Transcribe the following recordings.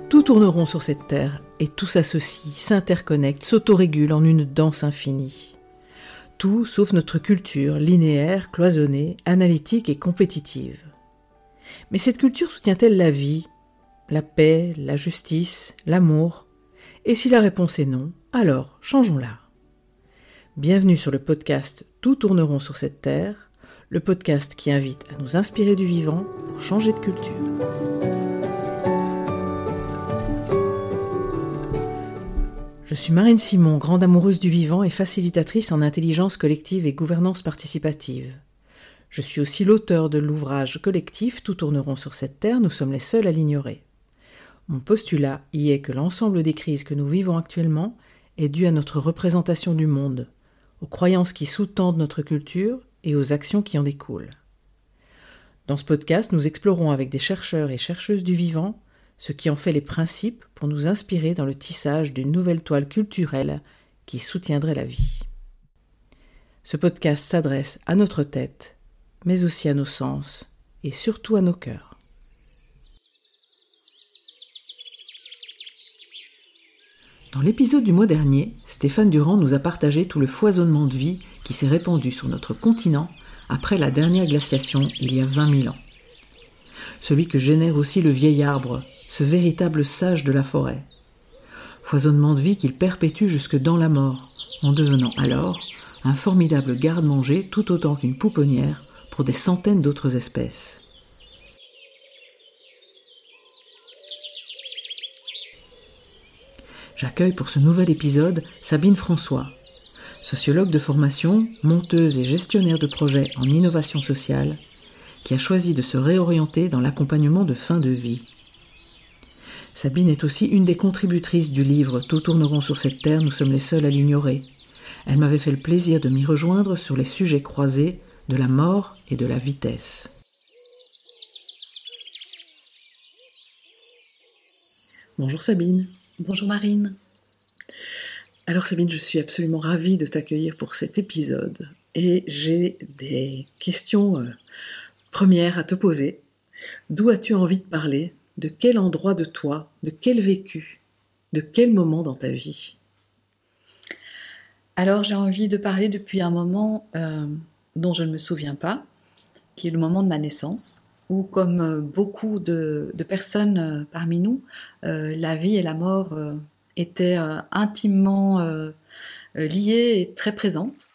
Tout tourne rond sur cette terre, et tout s'associe, s'interconnecte, s'autorégule en une danse infinie. Tout sauf notre culture linéaire, cloisonnée, analytique et compétitive. Mais cette culture soutient-elle la vie, la paix, la justice, l'amour ? Et si la réponse est non, alors changeons-la. Bienvenue sur le podcast Tout tourne rond sur cette terre, le podcast qui invite à nous inspirer du vivant pour changer de culture. Je suis Marine Simon, grande amoureuse du vivant et facilitatrice en intelligence collective et gouvernance participative. Je suis aussi l'auteur de l'ouvrage collectif Tout tourne rond sur cette terre, nous sommes les seuls à l'ignorer. Mon postulat y est que l'ensemble des crises que nous vivons actuellement est dû à notre représentation du monde, aux croyances qui sous-tendent notre culture et aux actions qui en découlent. Dans ce podcast, nous explorons avec des chercheurs et chercheuses du vivant ce qui en fait les principes pour nous inspirer dans le tissage d'une nouvelle toile culturelle qui soutiendrait la vie. Ce podcast s'adresse à notre tête, mais aussi à nos sens et surtout à nos cœurs. Dans l'épisode du mois dernier, Stéphane Durand nous a partagé tout le foisonnement de vie qui s'est répandu sur notre continent après la dernière glaciation il y a 20 000 ans. Celui que génère aussi le vieil arbre, ce véritable sage de la forêt. Foisonnement de vie qu'il perpétue jusque dans la mort, en devenant alors un formidable garde-manger tout autant qu'une pouponnière pour des centaines d'autres espèces. J'accueille pour ce nouvel épisode Sabine François, sociologue de formation, monteuse et gestionnaire de projets en innovation sociale, qui a choisi de se réorienter dans l'accompagnement de fin de vie. Sabine est aussi une des contributrices du livre « Tout tourne rond sur cette terre, nous sommes les seuls à l'ignorer ». Elle m'avait fait le plaisir de m'y rejoindre sur les sujets croisés de la mort et de la vitesse. Bonjour Sabine. Bonjour Marine. Alors Sabine, je suis absolument ravie de t'accueillir pour cet épisode et j'ai des questions premières à te poser. D'où as-tu envie de parler ? De quel endroit de toi ? De quel vécu ? De quel moment dans ta vie ? Alors j'ai envie de parler depuis un moment dont je ne me souviens pas, qui est le moment de ma naissance, où comme beaucoup de personnes parmi nous, la vie et la mort étaient intimement liées et très présentes.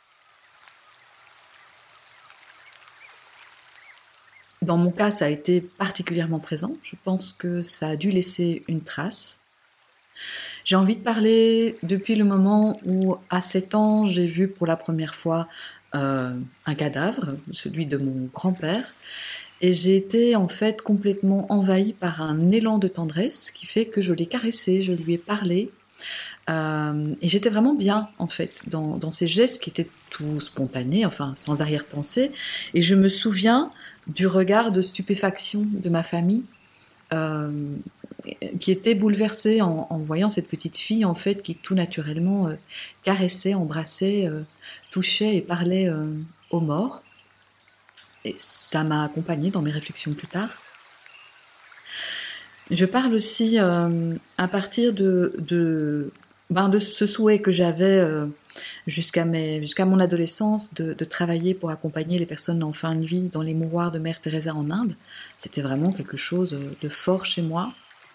Dans mon cas, ça a été particulièrement présent. Je pense que ça a dû laisser une trace. J'ai envie de parler depuis le moment où, à 7 ans, j'ai vu pour la première fois un cadavre, celui de mon grand-père. Et j'ai été en fait complètement envahie par un élan de tendresse qui fait que je l'ai caressé, je lui ai parlé. Et j'étais vraiment bien en fait dans ces gestes qui étaient tout spontanés, enfin sans arrière-pensée. Et je me souviens du regard de stupéfaction de ma famille qui était bouleversée en voyant cette petite fille en fait qui tout naturellement caressait, embrassait, touchait et parlait aux morts. Et ça m'a accompagnée dans mes réflexions plus tard. Je parle aussi à partir de ce souhait que j'avais jusqu'à mon adolescence de travailler pour accompagner les personnes en fin de vie dans les mouroirs de Mère Teresa en Inde. C'était vraiment quelque chose de fort chez moi.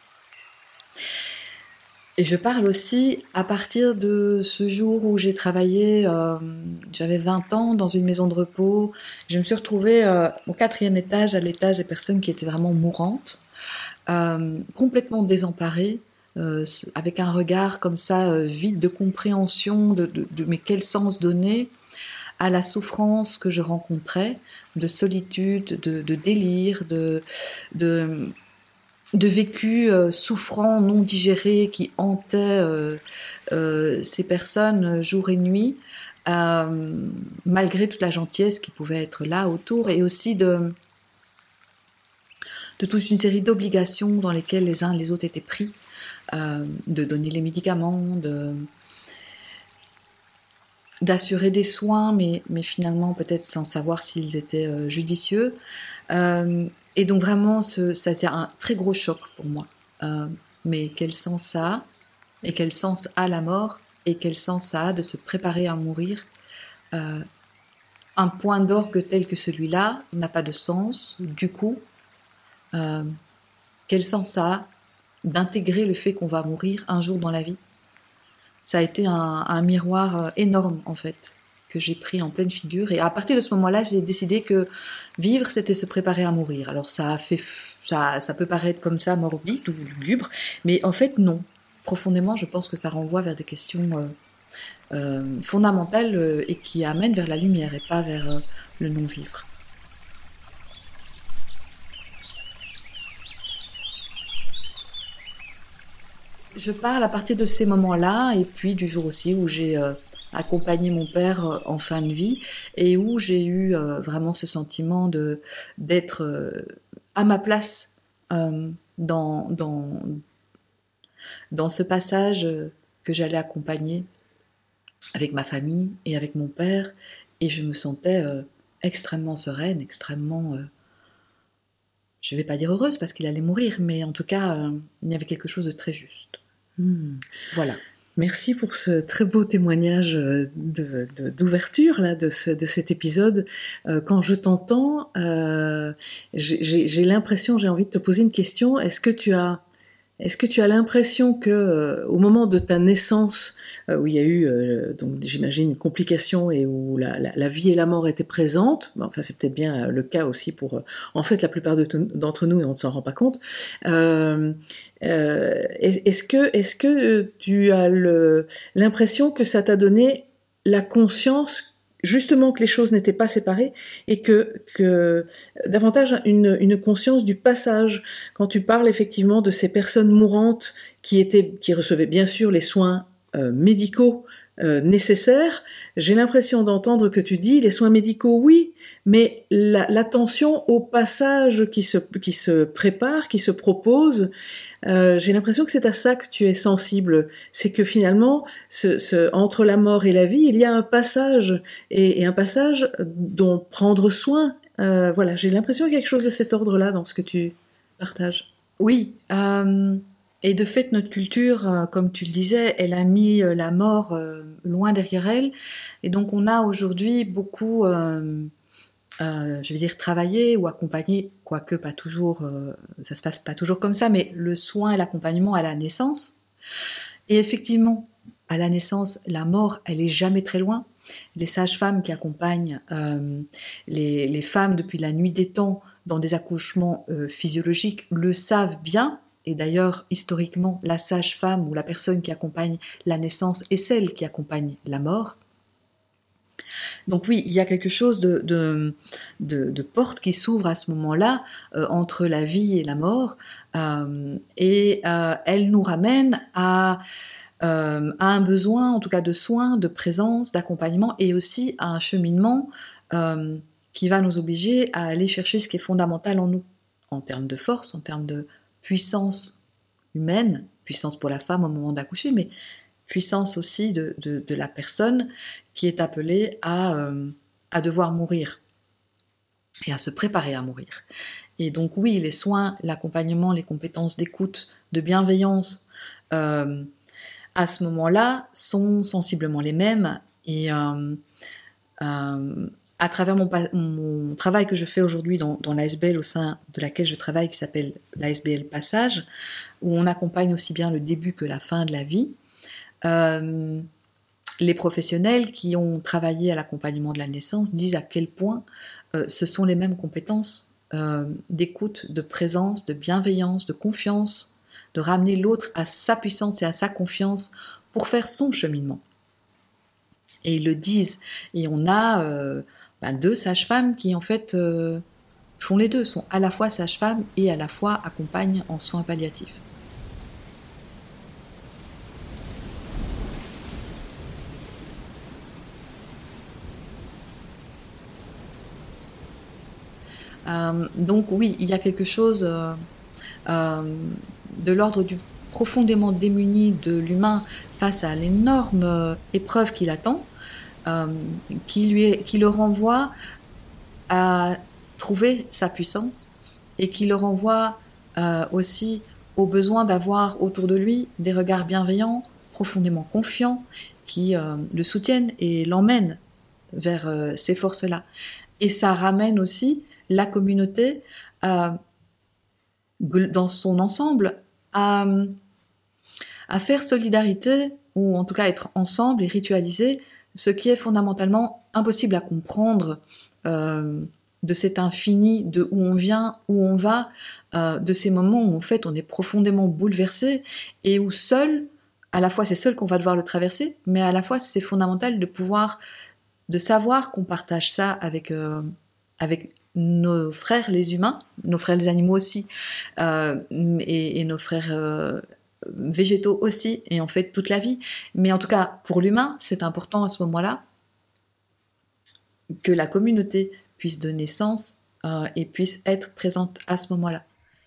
Et je parle aussi à partir de ce jour où j'ai travaillé, j'avais 20 ans dans une maison de repos. Je me suis retrouvée au 4e étage, à l'étage des personnes qui étaient vraiment mourantes, complètement désemparées, avec un regard comme ça vide de compréhension de mais quel sens donner à la souffrance que je rencontrais, de solitude, de délire, de vécus souffrants, non digérés, qui hantaient ces personnes jour et nuit, malgré toute la gentillesse qui pouvait être là autour, et aussi de toute une série d'obligations dans lesquelles les uns et les autres étaient pris, de donner les médicaments, d'assurer des soins, mais finalement peut-être sans savoir s'ils étaient judicieux. Et donc vraiment, ça c'est un très gros choc pour moi. mais quel sens ça a, et quel sens a la mort, et quel sens ça a de se préparer à mourir. Un point d'orgue tel que celui-là n'a pas de sens. Du coup, quel sens ça a d'intégrer le fait qu'on va mourir un jour dans la vie? Ça a été un miroir énorme, en fait, que j'ai pris en pleine figure. Et à partir de ce moment-là, j'ai décidé que vivre, c'était se préparer à mourir. Alors ça peut paraître comme ça morbide ou lugubre, mais en fait, non. Profondément, je pense que ça renvoie vers des questions fondamentales et qui amènent vers la lumière et pas vers le non-vivre. Je parle à partir de ces moments-là, et puis du jour aussi où j'ai accompagné mon père en fin de vie, et où j'ai eu vraiment ce sentiment d'être à ma place dans ce passage que j'allais accompagner avec ma famille et avec mon père, et je me sentais extrêmement sereine, extrêmement... je ne vais pas dire heureuse parce qu'il allait mourir, mais en tout cas, il y avait quelque chose de très juste. Voilà. Merci pour ce très beau témoignage d'ouverture là, de cet épisode. Quand je t'entends, j'ai l'impression, j'ai envie de te poser une question. Est-ce que tu as l'impression que au moment de ta naissance, où il y a eu, donc j'imagine, une complication et où la vie et la mort étaient présentes, enfin c'est peut-être bien le cas aussi pour, en fait, la plupart d'entre nous, et on ne s'en rend pas compte. Est-ce que tu as l'impression que ça t'a donné la conscience justement que les choses n'étaient pas séparées et que davantage une conscience du passage quand tu parles effectivement de ces personnes mourantes qui recevaient bien sûr les soins médicaux nécessaires? J'ai l'impression d'entendre que tu dis les soins médicaux oui, mais l'attention au passage qui se prépare, qui se propose. J'ai l'impression que c'est à ça que tu es sensible. C'est que finalement, entre la mort et la vie, il y a un passage, et un passage dont prendre soin. Voilà, j'ai l'impression qu'il y a quelque chose de cet ordre-là dans ce que tu partages. Oui, et de fait, notre culture, comme tu le disais, elle a mis la mort loin derrière elle. Et donc, on a aujourd'hui beaucoup... je vais dire travailler ou accompagner, quoique pas toujours, ça se passe pas toujours comme ça, mais le soin et l'accompagnement à la naissance. Et effectivement, à la naissance, la mort, elle est jamais très loin. Les sages-femmes qui accompagnent les femmes depuis la nuit des temps dans des accouchements physiologiques le savent bien. Et d'ailleurs, historiquement, la sage-femme ou la personne qui accompagne la naissance est celle qui accompagne la mort. Donc oui, il y a quelque chose de porte qui s'ouvre à ce moment-là entre la vie et la mort, et elle nous ramène à un besoin, en tout cas de soins, de présence, d'accompagnement, et aussi à un cheminement qui va nous obliger à aller chercher ce qui est fondamental en nous, en termes de force, en termes de puissance humaine, puissance pour la femme au moment d'accoucher, mais puissance aussi de la personne qui est appelée à devoir mourir et à se préparer à mourir. Et donc oui, les soins, l'accompagnement, les compétences d'écoute, de bienveillance, à ce moment-là, sont sensiblement les mêmes. Et à travers mon travail que je fais aujourd'hui dans l'ASBL, au sein de laquelle je travaille, qui s'appelle l'ASBL Passage, où on accompagne aussi bien le début que la fin de la vie, les professionnels qui ont travaillé à l'accompagnement de la naissance disent à quel point ce sont les mêmes compétences d'écoute, de présence, de bienveillance, de confiance, de ramener l'autre à sa puissance et à sa confiance pour faire son cheminement. Et ils le disent. Et on a 2 sages-femmes qui en fait font les deux, sont à la fois sages-femmes et à la fois accompagnent en soins palliatifs. Donc oui, il y a quelque chose de l'ordre du profondément démuni de l'humain face à l'énorme épreuve qui l'attend, qui le renvoie à trouver sa puissance et qui le renvoie aussi au besoin d'avoir autour de lui des regards bienveillants, profondément confiants, qui le soutiennent et l'emmènent vers ces forces-là. Et ça ramène aussi la communauté dans son ensemble à faire solidarité, ou en tout cas être ensemble et ritualiser ce qui est fondamentalement impossible à comprendre de cet infini, de où on vient, où on va, de ces moments où en fait on est profondément bouleversé et où seul, à la fois c'est seul qu'on va devoir le traverser, mais à la fois c'est fondamental de savoir qu'on partage ça avec nos frères les humains, nos frères les animaux aussi, et nos frères végétaux aussi, et en fait toute la vie. Mais en tout cas, pour l'humain, c'est important à ce moment-là que la communauté puisse donner sens et puisse être présente à ce moment-là.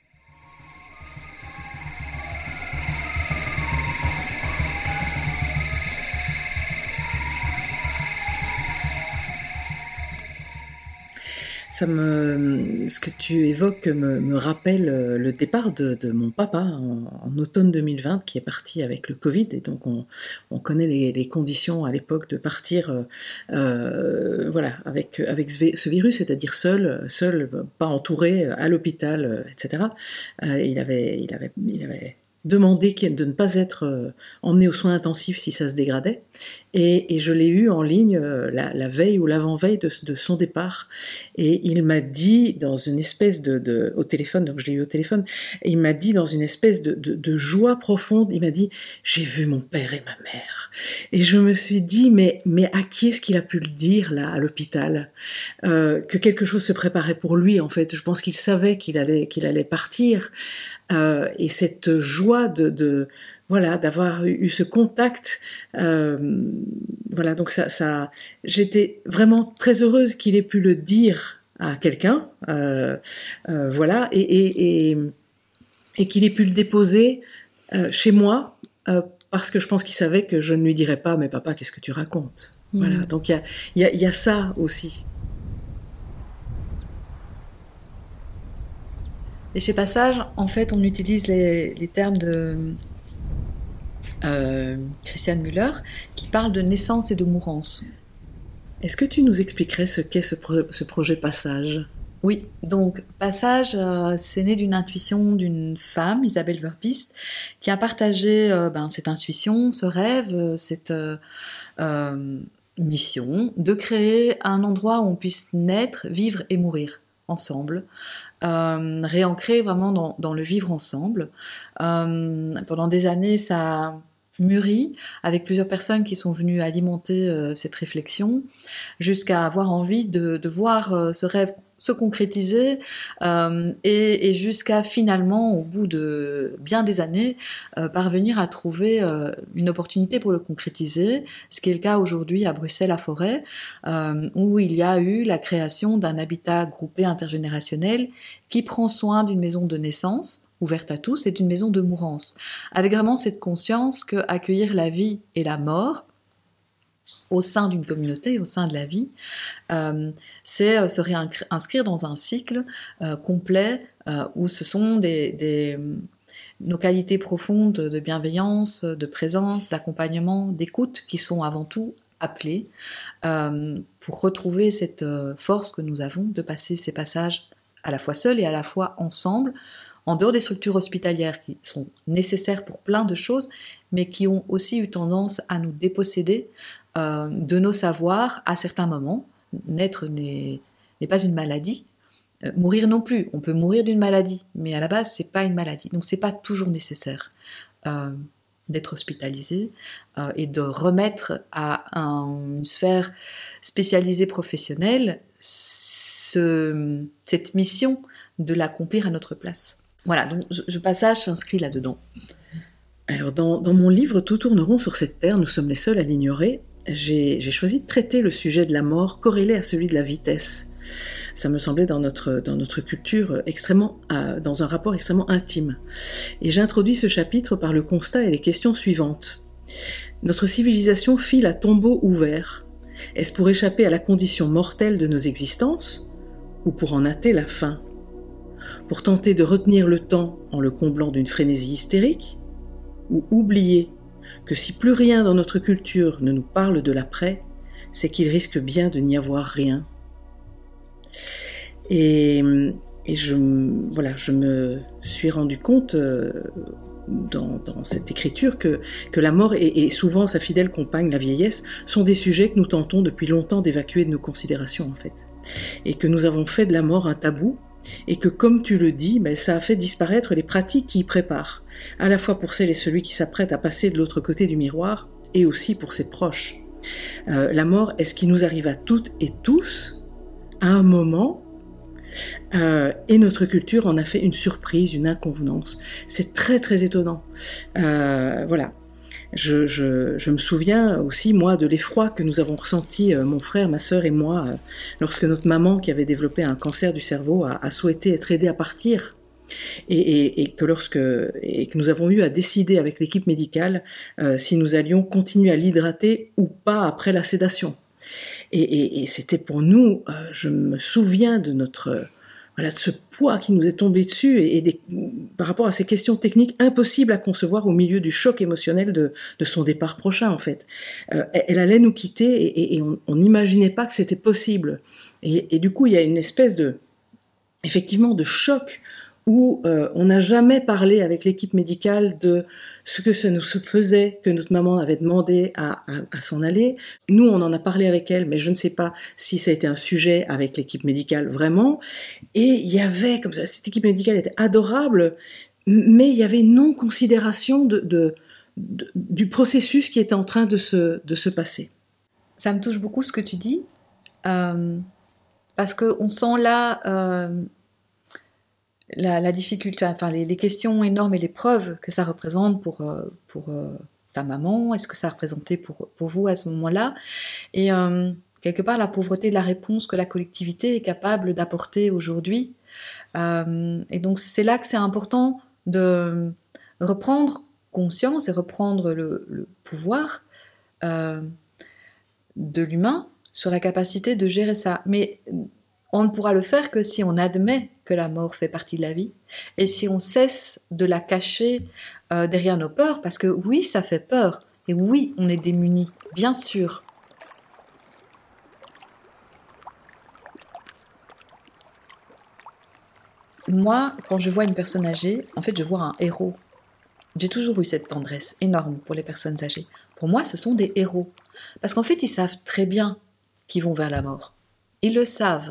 Ce que tu évoques me rappelle le départ de mon papa en automne 2020, qui est parti avec le Covid, et donc on connaît les conditions à l'époque de partir avec ce virus, c'est-à-dire seul, pas entouré, à l'hôpital, etc. Il avait demandé de ne pas être emmené aux soins intensifs si ça se dégradait, et je l'ai eu en ligne la veille ou l'avant-veille de son départ, et il m'a dit dans une espèce au téléphone, donc je l'ai eu au téléphone, et il m'a dit dans une espèce de joie profonde, il m'a dit « j'ai vu mon père et ma mère ». Et je me suis dit mais à qui est-ce qu'il a pu le dire là à l'hôpital, que quelque chose se préparait pour lui. En fait, je pense qu'il savait qu'il allait partir, et cette joie d'avoir eu ce contact, donc ça, j'étais vraiment très heureuse qu'il ait pu le dire à quelqu'un, et qu'il ait pu le déposer chez moi, parce que je pense qu'il savait que je ne lui dirais pas « mais papa, qu'est-ce que tu racontes ?» Voilà, donc il y a ça aussi. Et chez Passage, en fait, on utilise les termes de Christiane Müller, qui parle de naissance et de mourance. Est-ce que tu nous expliquerais ce qu'est ce projet Passage ? Oui, donc Passage, c'est né d'une intuition d'une femme, Isabelle Verpiste, qui a partagé cette intuition, ce rêve, cette mission de créer un endroit où on puisse naître, vivre et mourir ensemble, réancrer vraiment dans le vivre ensemble. Pendant des années, ça a mûri avec plusieurs personnes qui sont venues alimenter cette réflexion, jusqu'à avoir envie de voir ce rêve se concrétiser, et jusqu'à finalement, au bout de bien des années, parvenir à trouver une opportunité pour le concrétiser, ce qui est le cas aujourd'hui à Bruxelles-à-Forêt, où il y a eu la création d'un habitat groupé intergénérationnel qui prend soin d'une maison de naissance, ouverte à tous, et d'une maison de mourance, avec vraiment cette conscience qu'accueillir la vie et la mort au sein d'une communauté, au sein de la vie, c'est se réinscrire dans un cycle complet où ce sont nos qualités profondes de bienveillance, de présence, d'accompagnement, d'écoute qui sont avant tout appelées pour retrouver cette force que nous avons de passer ces passages à la fois seuls et à la fois ensemble, en dehors des structures hospitalières qui sont nécessaires pour plein de choses, mais qui ont aussi eu tendance à nous déposséder de nos savoirs à certains moments. Naître n'est pas une maladie, mourir non plus. On peut mourir d'une maladie, mais à la base, c'est pas une maladie. Donc, c'est pas toujours nécessaire d'être hospitalisé et de remettre à une sphère spécialisée professionnelle cette mission de l'accomplir à notre place. Voilà, donc Passage s'inscrit là-dedans. Alors, dans mon livre « Tout tourne rond sur cette terre, nous sommes les seuls à l'ignorer », j'ai choisi de traiter le sujet de la mort corrélé à celui de la vitesse. Ça me semblait dans notre culture dans un rapport extrêmement intime. Et j'ai introduit ce chapitre par le constat et les questions suivantes. Notre civilisation file à tombeau ouvert. Est-ce pour échapper à la condition mortelle de nos existences ou pour en hâter la fin ? pour tenter de retenir le temps en le comblant d'une frénésie hystérique, ou oublier que si plus rien dans notre culture ne nous parle de l'après, c'est qu'il risque bien de n'y avoir rien. Et je me suis rendu compte dans cette écriture que la mort et souvent sa fidèle compagne, la vieillesse, sont des sujets que nous tentons depuis longtemps d'évacuer de nos considérations en fait. Et que nous avons fait de la mort un tabou, et que comme tu le dis, ça a fait disparaître les pratiques qui y préparent, à la fois pour celles et celui qui s'apprête à passer de l'autre côté du miroir, et aussi pour ses proches. La mort est ce qui nous arrive à toutes et tous, à un moment, et notre culture en a fait une surprise, une inconvenance. C'est très très étonnant. Voilà. Je me souviens aussi, moi, de l'effroi que nous avons ressenti, mon frère, ma sœur et moi, lorsque notre maman, qui avait développé un cancer du cerveau, a souhaité être aidée à partir. Et que nous avons eu à décider avec l'équipe médicale si nous allions continuer à l'hydrater ou pas après la sédation. Et c'était pour nous, je me souviens de de ce poids qui nous est tombé dessus par rapport à ces questions techniques impossibles à concevoir au milieu du choc émotionnel de son départ prochain en fait. Elle allait nous quitter et on n'imaginait pas que c'était possible. Et du coup, il y a une espèce effectivement de choc où on n'a jamais parlé avec l'équipe médicale de ce que ça nous faisait, que notre maman avait demandé à s'en aller. Nous, on en a parlé avec elle, mais je ne sais pas si ça a été un sujet avec l'équipe médicale vraiment. Et il y avait, comme ça, cette équipe médicale était adorable, mais il y avait une non-considération du processus qui était en train de se passer. Ça me touche beaucoup ce que tu dis, parce qu'on sent là... La difficulté, enfin les questions énormes et les preuves que ça représente pour ta maman, est-ce que ça a représenté pour vous à ce moment-là, et quelque part la pauvreté de la réponse que la collectivité est capable d'apporter aujourd'hui. Et donc c'est là que c'est important de reprendre conscience et reprendre le pouvoir de l'humain sur la capacité de gérer ça. Mais on ne pourra le faire que si on admet que la mort fait partie de la vie et si on cesse de la cacher derrière nos peurs, parce que oui, ça fait peur et oui, on est démunis, bien sûr. Moi, quand je vois une personne âgée, en fait, je vois un héros. J'ai toujours eu cette tendresse énorme pour les personnes âgées. Pour moi, ce sont des héros. Parce qu'en fait, ils savent très bien qu'ils vont vers la mort. Ils le savent.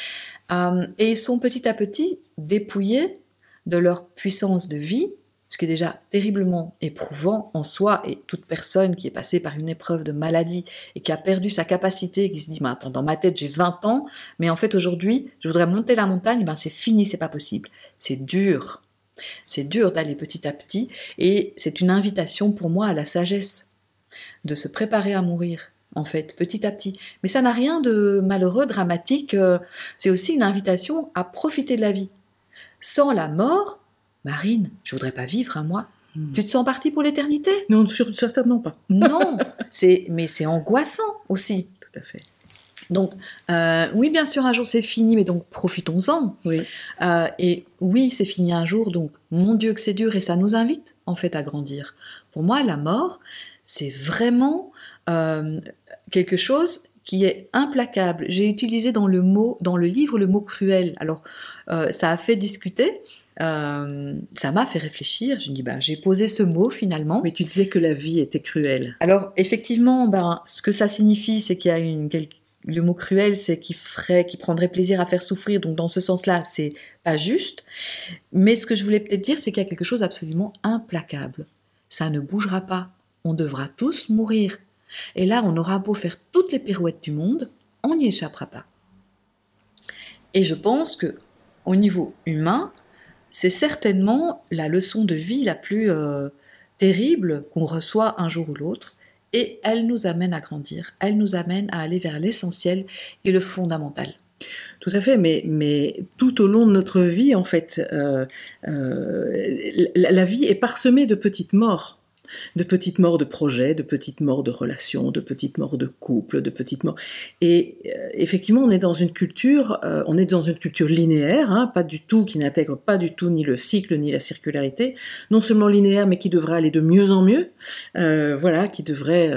Et ils sont petit à petit dépouillés de leur puissance de vie, ce qui est déjà terriblement éprouvant en soi, et toute personne qui est passée par une épreuve de maladie et qui a perdu sa capacité, qui se dit attends, dans ma tête j'ai 20 ans, mais en fait aujourd'hui je voudrais monter la montagne, c'est fini, c'est pas possible. C'est dur d'aller petit à petit, et c'est une invitation pour moi à la sagesse, de se préparer à mourir. En fait, petit à petit. Mais ça n'a rien de malheureux, dramatique. C'est aussi une invitation à profiter de la vie. Sans la mort, Marine, je voudrais pas vivre, moi. Tu te sens partie pour l'éternité ? Non, certainement pas. Non, mais c'est angoissant aussi. Tout à fait. Donc, oui, bien sûr, un jour c'est fini, mais donc profitons-en. Oui. Et oui, c'est fini un jour, donc mon Dieu que c'est dur, et ça nous invite en fait à grandir. Pour moi, la mort, c'est vraiment quelque chose qui est implacable. J'ai utilisé dans le livre le mot cruel. Alors, ça a fait discuter, ça m'a fait réfléchir. Je me dis, j'ai posé ce mot finalement. Mais tu disais que la vie était cruelle. Alors, effectivement, ce que ça signifie, c'est qu'il y a le mot cruel, c'est qui prendrait plaisir à faire souffrir. Donc, dans ce sens-là, c'est pas juste. Mais ce que je voulais peut-être dire, c'est qu'il y a quelque chose d'absolument implacable. Ça ne bougera pas. On devra tous mourir. Et là, on aura beau faire toutes les pirouettes du monde, on n'y échappera pas. Et je pense que, au niveau humain, c'est certainement la leçon de vie la plus terrible qu'on reçoit un jour ou l'autre, et elle nous amène à grandir, elle nous amène à aller vers l'essentiel et le fondamental. Tout à fait, mais tout au long de notre vie, en fait, la vie est parsemée de petites morts. de petites morts de projets, de petites morts de relations, de petites morts de couples, de petites morts. Et effectivement, on est dans une culture linéaire, hein, pas du tout, qui n'intègre pas du tout ni le cycle ni la circularité, non seulement linéaire, mais qui devrait aller de mieux en mieux, qui devrait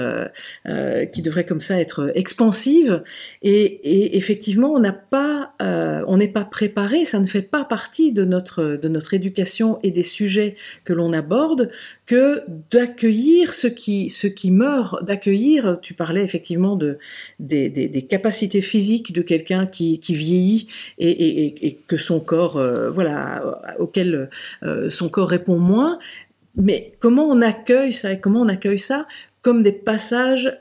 comme ça être expansive. Et effectivement, on n'est pas préparé, ça ne fait pas partie de notre éducation et des sujets que l'on aborde, que d'accueillir ce qui meurt, d'accueillir, tu parlais effectivement des capacités physiques de quelqu'un qui vieillit et que son corps, auquel son corps répond moins. Mais comment on accueille ça comme des passages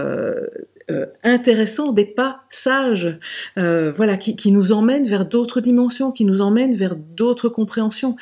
intéressants, des pas sages, qui nous emmènent vers d'autres dimensions, qui nous emmènent vers d'autres compréhensions.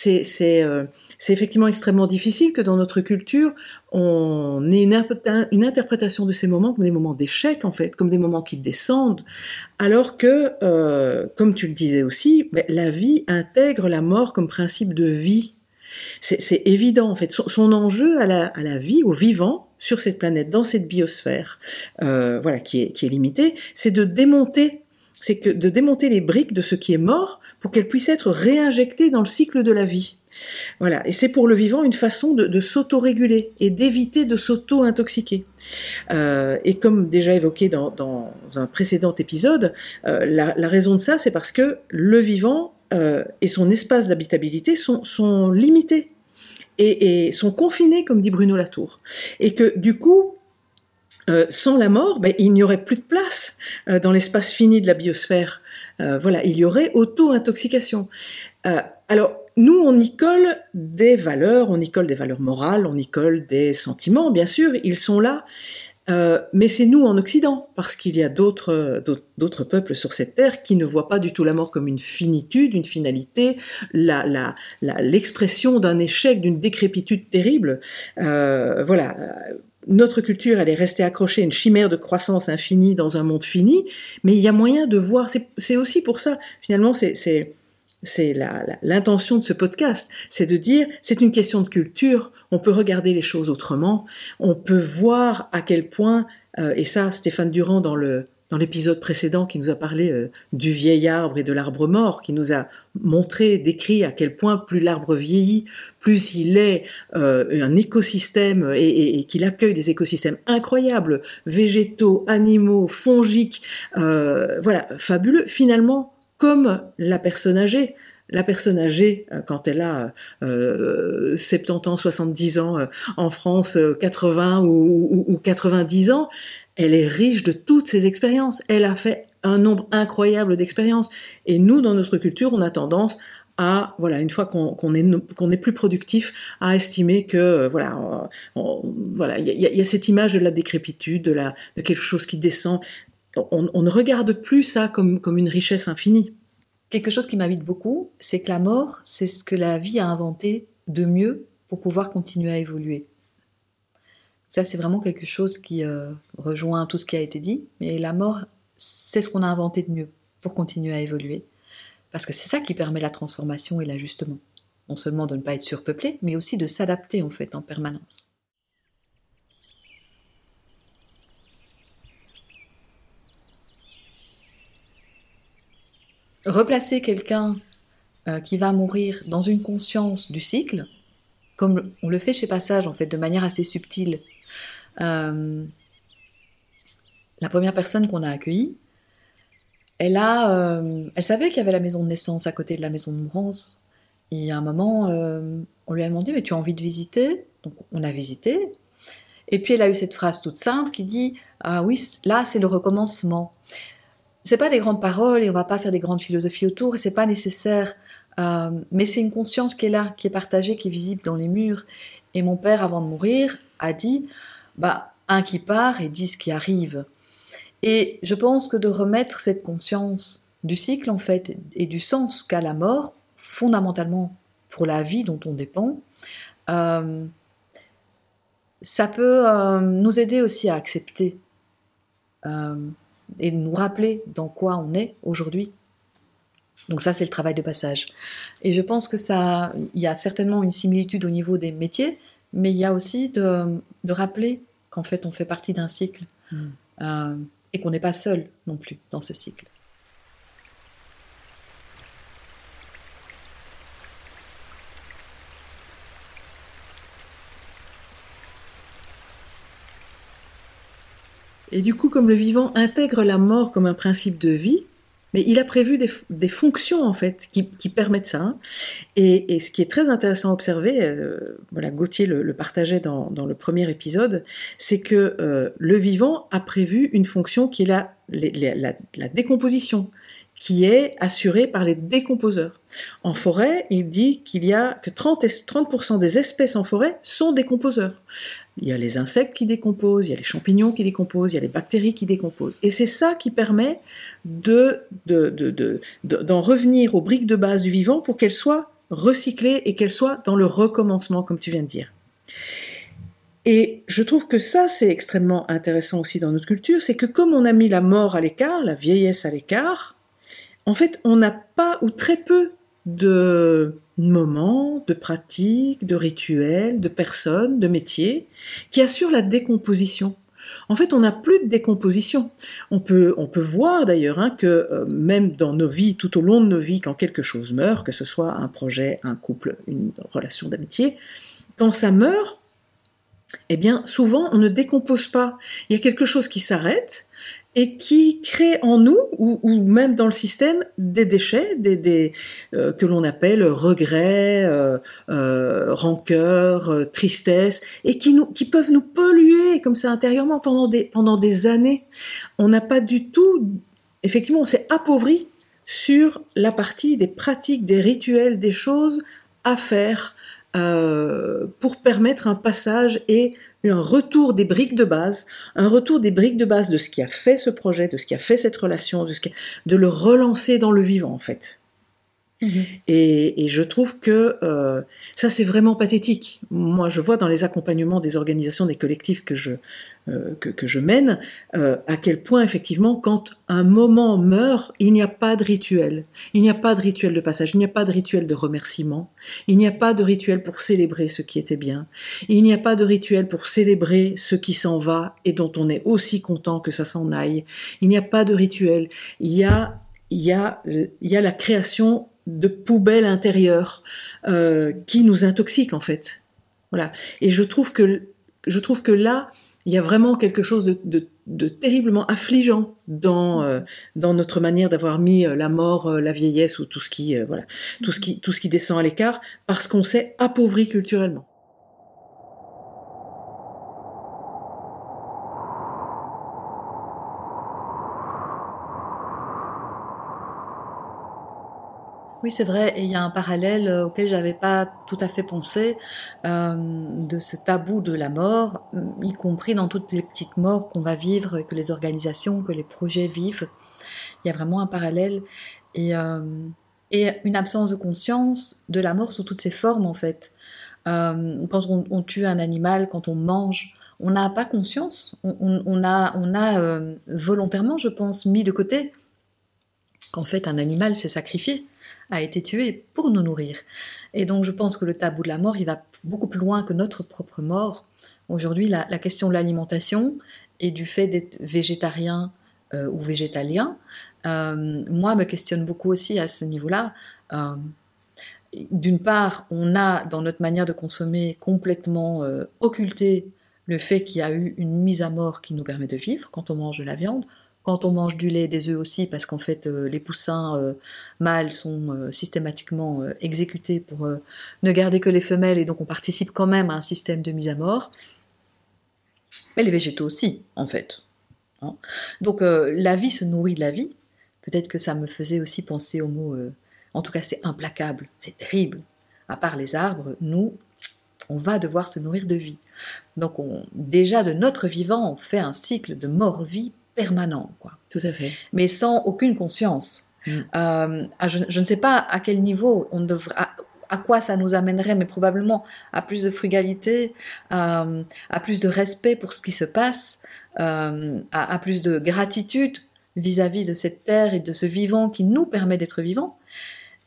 C'est effectivement extrêmement difficile que dans notre culture, on ait une interprétation de ces moments comme des moments d'échec, en fait, comme des moments qui descendent, alors que, comme tu le disais aussi, la vie intègre la mort comme principe de vie. C'est évident, en fait. Son enjeu à la vie, au vivant, sur cette planète, dans cette biosphère, qui est limitée, c'est de démonter les briques de ce qui est mort pour qu'elles puissent être réinjectées dans le cycle de la vie. Voilà, et c'est pour le vivant une façon de s'auto-réguler et d'éviter de s'auto-intoxiquer. Et comme déjà évoqué dans un précédent épisode, la raison de ça, c'est parce que le vivant et son espace d'habitabilité sont limités et sont confinés, comme dit Bruno Latour. Et que du coup, sans la mort, il n'y aurait plus de place dans l'espace fini de la biosphère. Il y aurait auto-intoxication. Alors, nous, on y colle des valeurs morales, on y colle des sentiments, bien sûr, ils sont là, mais c'est nous en Occident, parce qu'il y a d'autres peuples sur cette terre qui ne voient pas du tout la mort comme une finitude, une finalité, l'expression d'un échec, d'une décrépitude terrible. Notre culture, elle est restée accrochée à une chimère de croissance infinie dans un monde fini, mais il y a moyen de voir, c'est aussi pour ça, finalement, c'est l'intention de ce podcast, c'est de dire, c'est une question de culture, on peut regarder les choses autrement, on peut voir à quel point, et ça, Stéphane Durand, dans l'épisode précédent qui nous a parlé du vieil arbre et de l'arbre mort, qui nous a décrit à quel point plus l'arbre vieillit, plus il est un écosystème et qu'il accueille des écosystèmes incroyables, végétaux, animaux, fongiques, fabuleux, finalement, comme la personne âgée. La personne âgée, quand elle a 70 ans, 70 ans en France, 80 ou 90 ans, elle est riche de toutes ses expériences. Elle a fait un nombre incroyable d'expériences. Et nous, dans notre culture, on a tendance à, une fois qu'on est plus productif, à estimer que, il y a cette image de la décrépitude, de quelque chose qui descend. On ne regarde plus ça comme une richesse infinie. Quelque chose qui m'habite beaucoup, c'est que la mort, c'est ce que la vie a inventé de mieux pour pouvoir continuer à évoluer. Ça, c'est vraiment quelque chose qui rejoint tout ce qui a été dit. Mais la mort, c'est ce qu'on a inventé de mieux pour continuer à évoluer. Parce que c'est ça qui permet la transformation et l'ajustement. Non seulement de ne pas être surpeuplé, mais aussi de s'adapter en fait en permanence. Replacer quelqu'un qui va mourir dans une conscience du cycle, comme on le fait chez Passage en fait, de manière assez subtile. La première personne qu'on a accueillie, elle savait qu'il y avait la maison de naissance à côté de la maison de mourance. Et à un moment, on lui a demandé « mais tu as envie de visiter ?» Donc on a visité. Et puis elle a eu cette phrase toute simple qui dit « ah oui, là c'est le recommencement ». C'est pas des grandes paroles et on va pas faire des grandes philosophies autour et c'est pas nécessaire. Mais c'est une conscience qui est là, qui est partagée, qui est visible dans les murs. Et mon père, avant de mourir, a dit un qui part et 10 qui arrivent. Et je pense que de remettre cette conscience du cycle, en fait, et du sens qu'a la mort, fondamentalement pour la vie dont on dépend, ça peut nous aider aussi à accepter et nous rappeler dans quoi on est aujourd'hui. Donc ça, c'est le travail de Passage. Et je pense que il y a certainement une similitude au niveau des métiers, mais il y a aussi de rappeler qu'en fait on fait partie d'un cycle et qu'on n'est pas seul non plus dans ce cycle. Et du coup, comme le vivant intègre la mort comme un principe de vie, mais il a prévu des fonctions en fait qui permettent ça. Hein. Et ce qui est très intéressant à observer, voilà, Gauthier le partageait dans le premier épisode, c'est que le vivant a prévu une fonction qui est la décomposition, qui est assurée par les décomposeurs. En forêt, il dit qu'il y a que 30% des espèces en forêt sont décomposeurs. Il y a les insectes qui décomposent, il y a les champignons qui décomposent, il y a les bactéries qui décomposent. Et c'est ça qui permet d'en revenir aux briques de base du vivant pour qu'elles soient recyclées et qu'elles soient dans le recommencement, comme tu viens de dire. Et je trouve que ça, c'est extrêmement intéressant aussi dans notre culture, c'est que comme on a mis la mort à l'écart, la vieillesse à l'écart, en fait, on n'a pas ou très peu de moments, de pratiques, de rituels, de personnes, de métiers qui assurent la décomposition. En fait, on n'a plus de décomposition. On peut voir d'ailleurs que même dans nos vies, tout au long de nos vies, quand quelque chose meurt, que ce soit un projet, un couple, une relation d'amitié, quand ça meurt, eh bien, souvent, on ne décompose pas. Il y a quelque chose qui s'arrête et qui crée en nous, ou même dans le système, des déchets, que l'on appelle regrets, rancœurs, tristesse, et qui peuvent nous polluer comme ça intérieurement pendant des années. On n'a pas du tout, effectivement, on s'est appauvri sur la partie des pratiques, des rituels, des choses à faire pour permettre un passage et un retour des briques de base, de ce qui a fait ce projet, de ce qui a fait cette relation, de le relancer dans le vivant en fait. Et je trouve que ça c'est vraiment pathétique. Moi je vois dans les accompagnements des organisations, des collectifs que je mène, à quel point effectivement quand un moment meurt, il n'y a pas de rituel. Il n'y a pas de rituel de passage, il n'y a pas de rituel de remerciement, il n'y a pas de rituel pour célébrer ce qui était bien, il n'y a pas de rituel pour célébrer ce qui s'en va et dont on est aussi content que ça s'en aille. Il n'y a pas de rituel. Il y a la création de poubelles intérieures qui nous intoxiquent en fait. Voilà. Et je trouve que là, il y a vraiment quelque chose de terriblement affligeant dans notre manière d'avoir mis la mort, la vieillesse ou tout ce qui descend à l'écart, parce qu'on s'est appauvri culturellement. Oui, c'est vrai, et il y a un parallèle auquel j'avais pas tout à fait pensé, de ce tabou de la mort, y compris dans toutes les petites morts qu'on va vivre, que les organisations, que les projets vivent. Il y a vraiment un parallèle et une absence de conscience de la mort sous toutes ses formes en fait. Quand on tue un animal, quand on mange, on n'a pas conscience, on a volontairement, je pense, mis de côté qu'en fait un animal s'est sacrifié, a été tué pour nous nourrir. Et donc je pense que le tabou de la mort, il va beaucoup plus loin que notre propre mort. Aujourd'hui, la question de l'alimentation et du fait d'être végétarien ou végétalien, moi, me questionne beaucoup aussi à ce niveau-là. D'une part, on a, dans notre manière de consommer, complètement occulté le fait qu'il y a eu une mise à mort qui nous permet de vivre quand on mange de la viande. Quand on mange du lait et des œufs aussi, parce qu'en fait, les poussins mâles sont systématiquement exécutés pour ne garder que les femelles, et donc on participe quand même à un système de mise à mort. Mais les végétaux aussi, en fait. Hein. Donc la vie se nourrit de la vie. Peut-être que ça me faisait aussi penser au mot... en tout cas, c'est implacable, c'est terrible. À part les arbres, nous, on va devoir se nourrir de vie. Donc déjà, de notre vivant, on fait un cycle de mort-vie permanent, quoi. Tout à fait. Mais sans aucune conscience. Je ne sais pas à quel niveau on devrait, à quoi ça nous amènerait, mais probablement à plus de frugalité, à plus de respect pour ce qui se passe, à plus de gratitude vis-à-vis de cette terre et de ce vivant qui nous permet d'être vivants.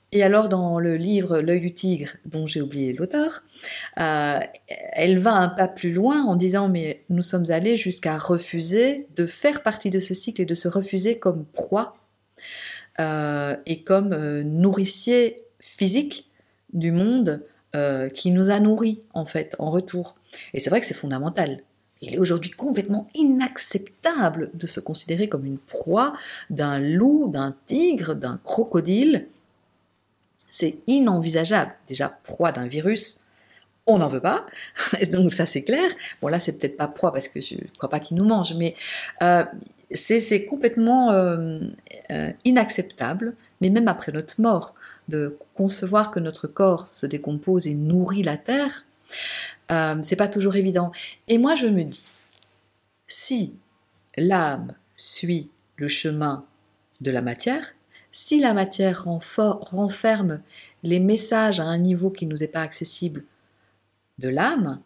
Et alors, dans le livre L'œil du tigre, dont j'ai oublié l'auteur, elle va un pas plus loin en disant mais nous sommes allés jusqu'à refuser de faire partie de ce cycle et de se refuser comme proie et comme nourricier physique du monde qui nous a nourris en fait en retour. Et c'est vrai que c'est fondamental. Il est aujourd'hui complètement inacceptable de se considérer comme une proie d'un loup, d'un tigre, d'un crocodile. C'est inenvisageable. Déjà, proie d'un virus, on n'en veut pas. Donc ça, c'est clair. Bon, là, c'est peut-être pas proie parce que je ne crois pas qu'il nous mange, mais c'est complètement inacceptable, mais même après notre mort, de concevoir que notre corps se décompose et nourrit la terre, c'est pas toujours évident. Et moi, je me dis, si l'âme suit le chemin de la matière, si la matière renferme les messages à un niveau qui ne nous est pas accessible de l'âme,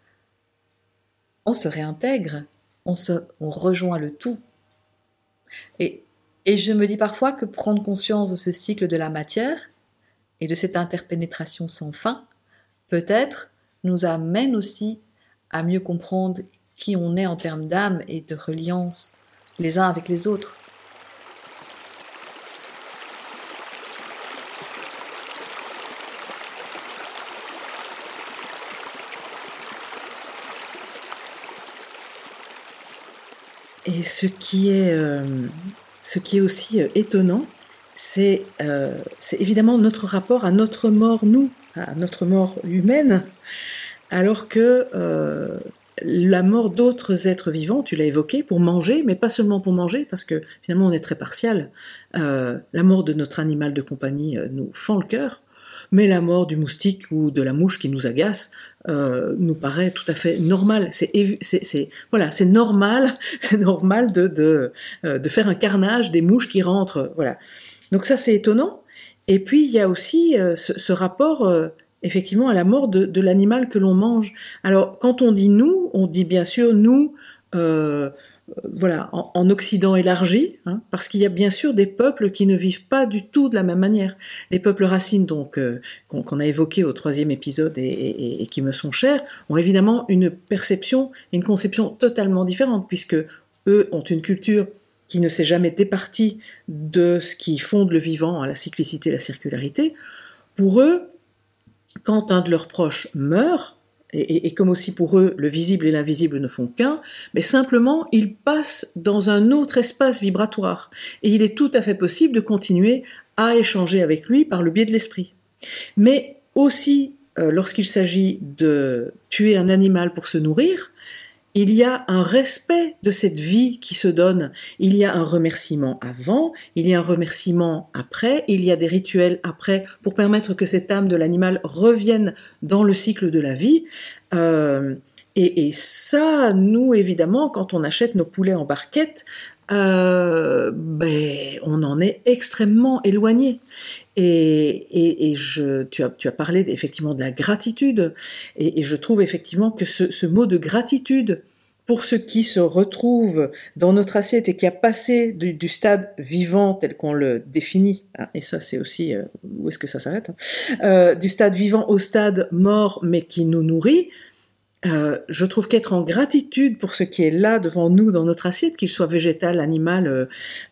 on se réintègre, on rejoint le tout. Et je me dis parfois que prendre conscience de ce cycle de la matière et de cette interpénétration sans fin, peut-être nous amène aussi à mieux comprendre qui on est en termes d'âme et de reliance les uns avec les autres. Et ce qui est aussi étonnant, c'est évidemment notre rapport à notre mort, nous, à notre mort humaine, alors que la mort d'autres êtres vivants, tu l'as évoqué, pour manger, mais pas seulement pour manger, parce que finalement on est très partial. La mort de notre animal de compagnie nous fend le cœur, mais la mort du moustique ou de la mouche qui nous agace nous paraît tout à fait normal. C'est normal, c'est normal de faire un carnage des mouches qui rentrent. Voilà. Donc ça, c'est étonnant. Et puis il y a aussi ce rapport effectivement à la mort de l'animal que l'on mange. Alors quand on dit nous, on dit bien sûr nous. Voilà, en Occident élargi, hein, parce qu'il y a bien sûr des peuples qui ne vivent pas du tout de la même manière. Les peuples racines, donc, qu'on a évoqués au 3e épisode et qui me sont chers, ont évidemment une perception, une conception totalement différente, puisque eux ont une culture qui ne s'est jamais départie de ce qui fonde le vivant, à la cyclicité, la circularité. Pour eux, quand un de leurs proches meurt, et comme aussi pour eux, le visible et l'invisible ne font qu'un, mais simplement, ils passent dans un autre espace vibratoire. Et il est tout à fait possible de continuer à échanger avec lui par le biais de l'esprit. Mais aussi, lorsqu'il s'agit de tuer un animal pour se nourrir, il y a un respect de cette vie qui se donne. Il y a un remerciement avant, il y a un remerciement après, il y a des rituels après pour permettre que cette âme de l'animal revienne dans le cycle de la vie. Et ça, nous, évidemment, quand on achète nos poulets en barquette, on en est extrêmement éloigné. Et tu as parlé effectivement de la gratitude, et je trouve effectivement que ce mot de gratitude pour ce qui se retrouve dans notre assiette et qui a passé du stade vivant tel qu'on le définit, hein, et ça c'est aussi où est-ce que ça s'arrête, hein, du stade vivant au stade mort mais qui nous nourrit. Je trouve qu'être en gratitude pour ce qui est là devant nous dans notre assiette, qu'il soit végétal, animal,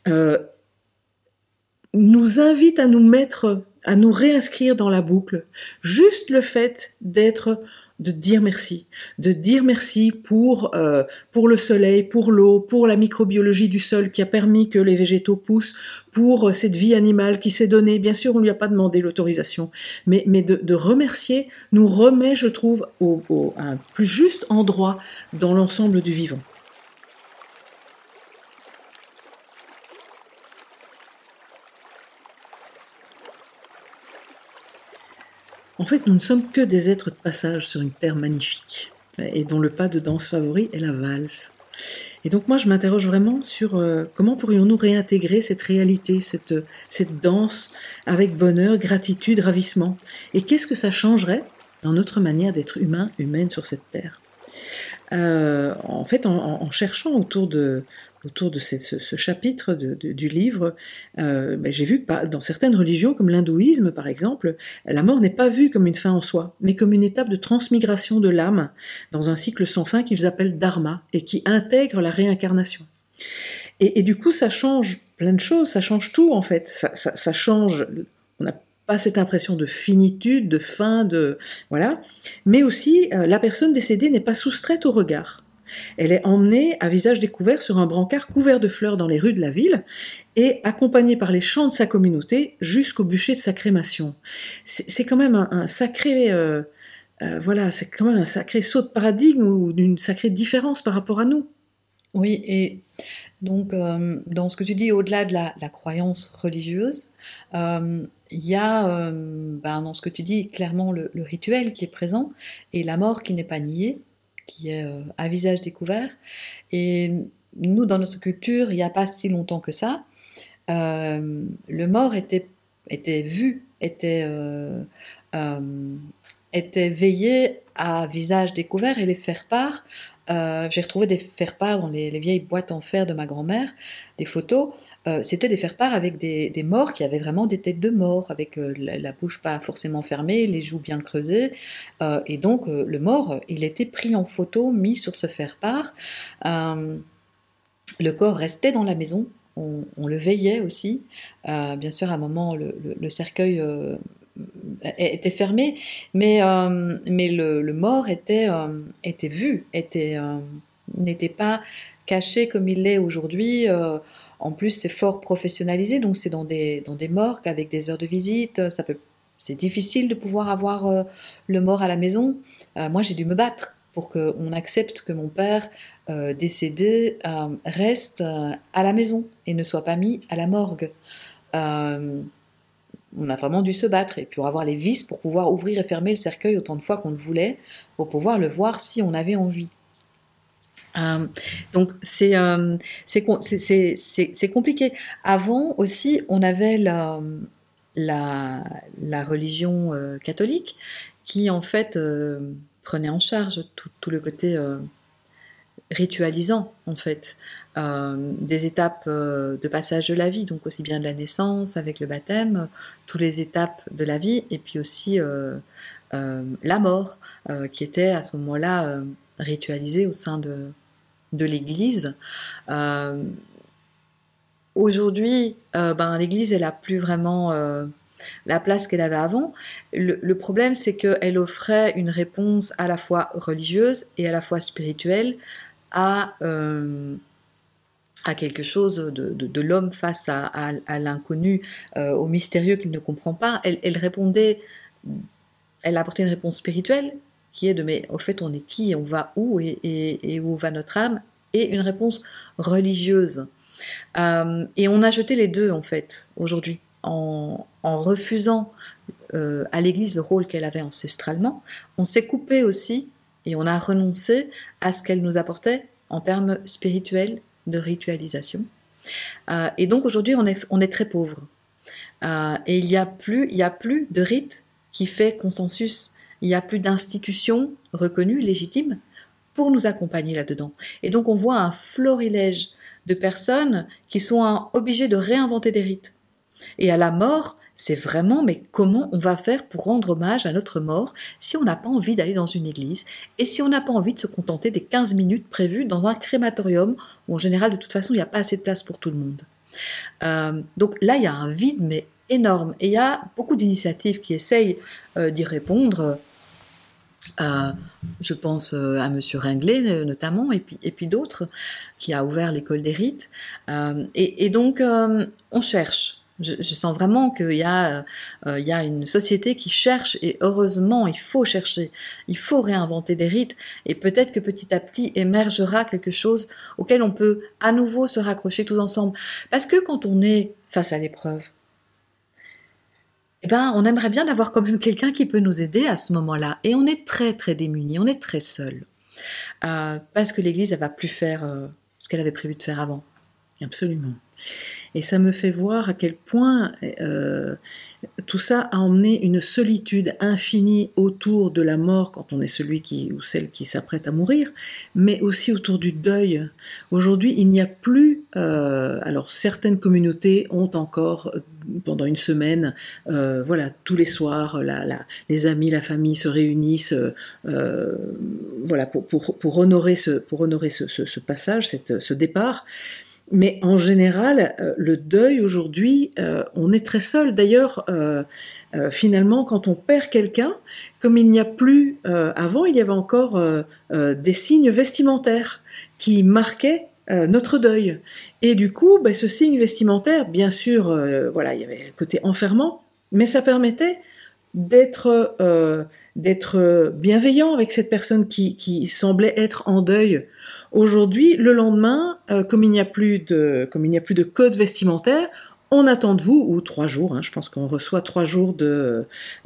nous invite à nous réinscrire dans la boucle. Juste le fait de dire merci pour le soleil, pour l'eau, pour la microbiologie du sol qui a permis que les végétaux poussent, pour cette vie animale qui s'est donnée. Bien sûr, on lui a pas demandé l'autorisation, mais de remercier nous remet, je trouve, à un plus juste endroit dans l'ensemble du vivant. En fait, nous ne sommes que des êtres de passage sur une terre magnifique, et dont le pas de danse favori est la valse. Et donc moi, je m'interroge vraiment sur comment pourrions-nous réintégrer cette réalité, cette danse avec bonheur, gratitude, ravissement. Et qu'est-ce que ça changerait dans notre manière d'être humaine sur cette terre ? En fait, en cherchant autour de autour de ce chapitre du livre, j'ai vu que dans certaines religions, comme l'hindouisme par exemple, la mort n'est pas vue comme une fin en soi, mais comme une étape de transmigration de l'âme dans un cycle sans fin qu'ils appellent dharma et qui intègre la réincarnation. Et du coup, ça change plein de choses, ça change tout en fait. Ça change, on n'a pas cette impression de finitude, de fin, voilà. Mais aussi, la personne décédée n'est pas soustraite au regard. Elle est emmenée à visage découvert sur un brancard couvert de fleurs dans les rues de la ville et accompagnée par les chants de sa communauté jusqu'au bûcher de sa crémation. C'est quand même un sacré... voilà, c'est quand même un sacré saut de paradigme ou d'une sacrée différence par rapport à nous. Oui, et donc dans ce que tu dis, au-delà de la croyance religieuse, il y a dans ce que tu dis clairement le rituel qui est présent et la mort qui n'est pas niée, qui est à visage découvert. Et nous, dans notre culture, il n'y a pas si longtemps que ça, le mort était vu, était veillé à visage découvert, et les faire-part, j'ai retrouvé des faire-part dans les vieilles boîtes en fer de ma grand-mère, des photos. C'était des faire-part avec des morts qui avaient vraiment des têtes de mort, avec la bouche pas forcément fermée, les joues bien creusées. Et donc, le mort, il était pris en photo, mis sur ce faire-part. Le corps restait dans la maison, on le veillait aussi. Bien sûr, à un moment, le cercueil était fermé, mais le mort était vu, n'était pas caché comme il l'est aujourd'hui. En plus, c'est fort professionnalisé, donc c'est dans des morgues avec des heures de visite. C'est difficile de pouvoir avoir le mort à la maison. Moi, j'ai dû me battre pour qu'on accepte que mon père décédé reste à la maison et ne soit pas mis à la morgue. On a vraiment dû se battre, et puis pour avoir les vis pour pouvoir ouvrir et fermer le cercueil autant de fois qu'on le voulait, pour pouvoir le voir si on avait envie. Donc c'est compliqué. Avant aussi, on avait la religion catholique qui en fait prenait en charge tout le côté ritualisant en fait des étapes de passage de la vie, donc aussi bien de la naissance avec le baptême, toutes les étapes de la vie, et puis aussi la mort qui était à ce moment-là ritualisée au sein de l'Église. Aujourd'hui, l'Église elle a plus vraiment la place qu'elle avait avant. Le problème, c'est qu'elle offrait une réponse à la fois religieuse et à la fois spirituelle à quelque chose de l'homme face à l'inconnu, au mystérieux qu'il ne comprend pas. Elle apportait une réponse spirituelle qui est mais au fait on est qui, on va où et où va notre âme, et une réponse religieuse. Et on a jeté les deux en fait aujourd'hui en refusant à l'Église le rôle qu'elle avait ancestralement. On s'est coupé aussi et on a renoncé à ce qu'elle nous apportait en termes spirituels de ritualisation. Et donc aujourd'hui on est très pauvre. Et il y a plus de rite qui fait consensus. Il n'y a plus d'institutions reconnues, légitimes, pour nous accompagner là-dedans. Et donc on voit un florilège de personnes qui sont obligées de réinventer des rites. Et à la mort, c'est vraiment, mais comment on va faire pour rendre hommage à notre mort si on n'a pas envie d'aller dans une église et si on n'a pas envie de se contenter des 15 minutes prévues dans un crématorium où en général de toute façon il n'y a pas assez de place pour tout le monde. Donc là il y a un vide mais énorme, et il y a beaucoup d'initiatives qui essayent d'y répondre. Je pense à Monsieur Ringlé notamment, et puis d'autres, qui a ouvert l'école des rites. Et donc on cherche. Je sens vraiment qu'il y a une société qui cherche, et heureusement, il faut chercher, il faut réinventer des rites, et peut-être que petit à petit émergera quelque chose auquel on peut à nouveau se raccrocher tous ensemble. Parce que quand on est face à l'épreuve, on aimerait bien avoir quand même quelqu'un qui peut nous aider à ce moment-là, et on est très très démunis, on est très seuls, parce que l'Église elle va plus faire ce qu'elle avait prévu de faire avant. Absolument. Et ça me fait voir à quel point tout ça a emmené une solitude infinie autour de la mort quand on est celui ou celle qui s'apprête à mourir, mais aussi autour du deuil. Aujourd'hui, il n'y a plus... alors, certaines communautés ont encore, pendant une semaine, voilà, tous les soirs, les amis, la famille se réunissent voilà, pour honorer ce passage, ce départ. Mais en général, le deuil aujourd'hui, on est très seul. D'ailleurs, finalement, quand on perd quelqu'un, comme il n'y a plus... avant, il y avait encore des signes vestimentaires qui marquaient notre deuil. Et du coup, ce signe vestimentaire, bien sûr, voilà, il y avait un côté enfermant, mais ça permettait d'être bienveillant avec cette personne qui semblait être en deuil. Aujourd'hui, le lendemain, comme il n'y a plus de code vestimentaire, on attend de vous, ou 3 jours, je pense qu'on reçoit 3 jours de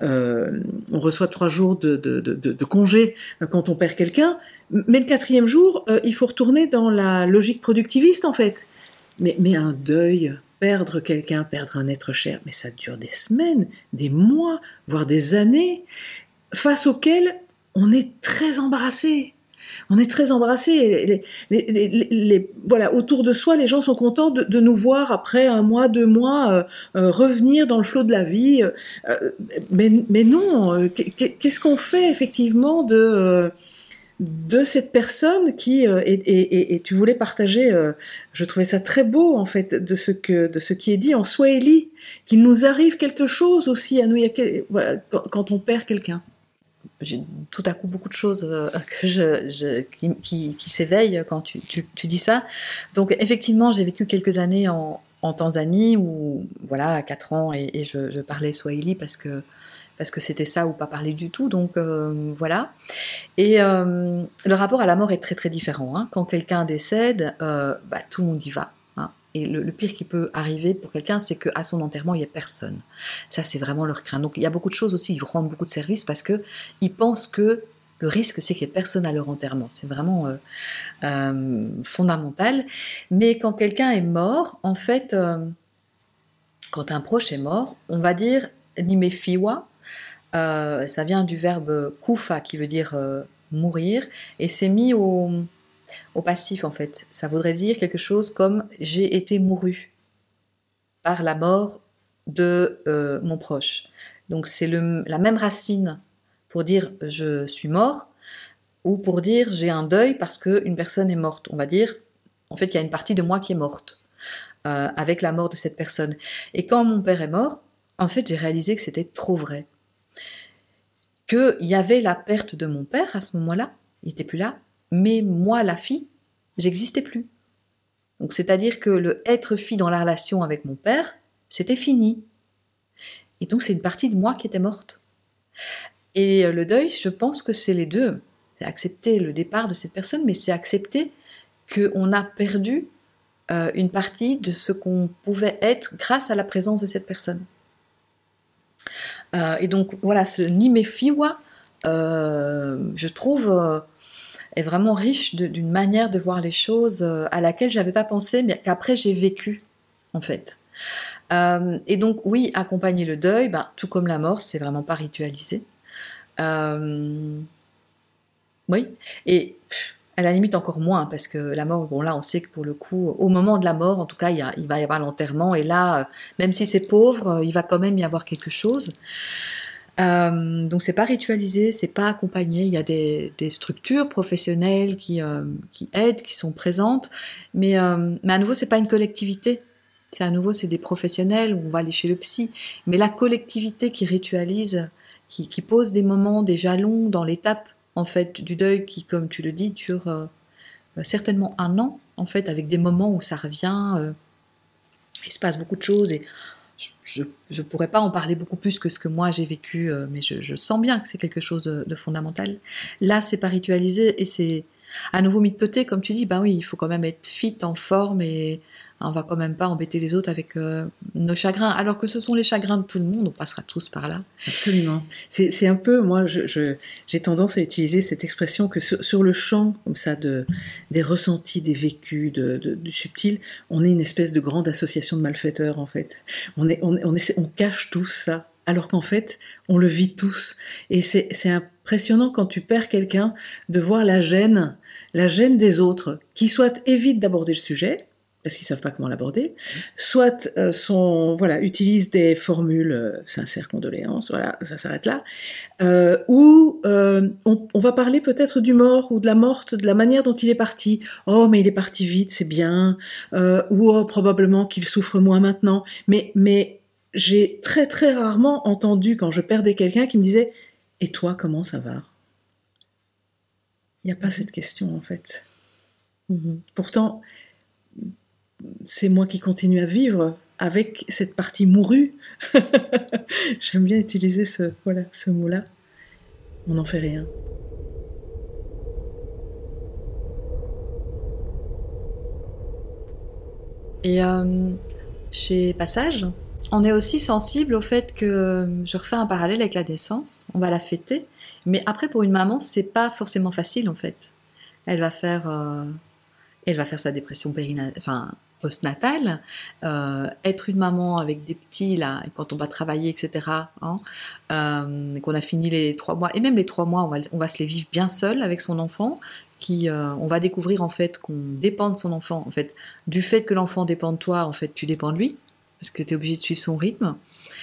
congé quand on perd quelqu'un, mais le 4e jour, il faut retourner dans la logique productiviste en fait. Mais un deuil, perdre quelqu'un, perdre un être cher, mais ça dure des semaines, des mois, voire des années, face auxquelles on est très embarrassé. On est très embarrassé. Voilà, autour de soi, les gens sont contents de nous voir après 1 mois, 2 mois revenir dans le flot de la vie. Mais non, qu'est-ce qu'on fait effectivement de cette personne qui et tu voulais partager, je trouvais ça très beau en fait de ce qui est dit en Swahili, qu'il nous arrive quelque chose aussi à nous voilà, quand on perd quelqu'un. J'ai tout à coup beaucoup de choses qui s'éveillent quand tu dis ça. Donc effectivement, j'ai vécu quelques années en Tanzanie où, voilà, à 4 ans, et je parlais Swahili parce que c'était ça ou pas parler du tout, donc voilà. Et le rapport à la mort est très très différent. Quand quelqu'un décède, tout le monde y va. Et le pire qui peut arriver pour quelqu'un, c'est qu'à son enterrement, il n'y ait personne. Ça, c'est vraiment leur crainte. Donc il y a beaucoup de choses aussi, ils rendent beaucoup de services parce qu'ils pensent que le risque, c'est qu'il n'y ait personne à leur enterrement. C'est vraiment fondamental. Mais quand quelqu'un est mort, en fait, quand un proche est mort, on va dire « nimefiwa », ça vient du verbe « kufa » qui veut dire mourir, et c'est mis au passif en fait. Ça voudrait dire quelque chose comme « j'ai été mouru par la mort de mon proche ». Donc c'est la même racine pour dire « je suis mort » ou pour dire « j'ai un deuil parce qu'une personne est morte ». On va dire en fait il y a une partie de moi qui est morte avec la mort de cette personne. Et quand mon père est mort, en fait j'ai réalisé que c'était trop vrai. Qu'il y avait la perte de mon père à ce moment-là, il n'était plus là, mais moi, la fille, j'existais plus. Donc, c'est-à-dire que le être fille dans la relation avec mon père, c'était fini. Et donc, c'est une partie de moi qui était morte. Et le deuil, je pense que c'est les deux. C'est accepter le départ de cette personne, mais c'est accepter qu'on a perdu une partie de ce qu'on pouvait être grâce à la présence de cette personne. Et donc, voilà, ce Nimefiwa, je trouve... est vraiment riche d'une manière de voir les choses à laquelle je n'avais pas pensé, mais qu'après j'ai vécu, en fait. Et donc, oui, accompagner le deuil, tout comme la mort, c'est vraiment pas ritualisé. Oui, et à la limite encore moins, parce que la mort, bon là, on sait que pour le coup, au moment de la mort, en tout cas, il va y avoir l'enterrement, et là, même si c'est pauvre, il va quand même y avoir quelque chose. Donc c'est pas ritualisé, c'est pas accompagné. Il y a des structures professionnelles qui aident, qui sont présentes, mais à nouveau c'est pas une collectivité. C'est des professionnels où on va aller chez le psy, mais la collectivité qui ritualise, qui pose des moments, des jalons dans l'étape en fait du deuil qui, comme tu le dis, dure certainement 1 an en fait, avec des moments où ça revient, il se passe beaucoup de choses et je pourrais pas en parler beaucoup plus que ce que moi j'ai vécu, mais je sens bien que c'est quelque chose de fondamental. Là, c'est pas ritualisé et c'est À nouveau mis de côté, comme tu dis, ben oui, il faut quand même être fit, en forme, et on va quand même pas embêter les autres avec nos chagrins, alors que ce sont les chagrins de tout le monde, on passera tous par là. Absolument. C'est un peu, moi, j'ai tendance à utiliser cette expression que sur le champ, comme ça, des ressentis, des vécus, du subtil, on est une espèce de grande association de malfaiteurs, en fait. On cache tout ça, alors qu'en fait, on le vit tous. Et c'est impressionnant quand tu perds quelqu'un de voir la gêne des autres, qui soit évitent d'aborder le sujet, parce qu'ils savent pas comment l'aborder, soit utilisent des formules sincères condoléances, voilà, ça s'arrête là, ou on va parler peut-être du mort ou de la morte, de la manière dont il est parti. Oh, mais il est parti vite, c'est bien, ou oh, probablement qu'il souffre moins maintenant. Mais j'ai très très rarement entendu quand je perdais quelqu'un qui me disait « Et toi, comment ça va ?» Il n'y a pas cette question en fait. Pourtant, c'est moi qui continue à vivre avec cette partie mourue. J'aime bien utiliser ce mot-là. On n'en fait rien. Et chez Passage, on est aussi sensible au fait que je refais un parallèle avec la naissance. On va la fêter, mais après pour une maman, c'est pas forcément facile en fait. Elle va faire sa dépression postnatale, être une maman avec des petits là, quand on va travailler, etc. Qu'on a fini les 3 mois, et même les 3 mois, on va se les vivre bien seul avec son enfant. On va découvrir en fait qu'on dépend de son enfant. En fait, du fait que l'enfant dépend de toi, en fait, tu dépends de lui parce que tu es obligé de suivre son rythme.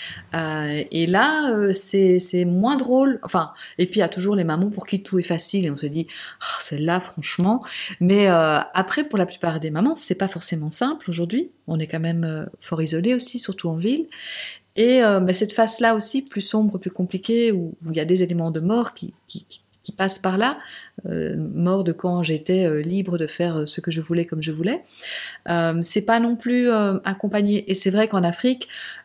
Et là, c'est moins drôle. Enfin, et puis il y a toujours les mamans pour qui tout est facile et on se dit oh, celle-là, franchement. Mais après, pour la plupart des mamans, c'est pas forcément simple aujourd'hui. On est quand même fort isolé aussi, surtout en ville. Et cette phase-là aussi, plus sombre, plus compliquée, où il y a des éléments de mort qui passent par là, mort de quand j'étais libre de faire ce que je voulais comme je voulais. C'est pas non plus accompagné. Et c'est vrai qu'en Afrique,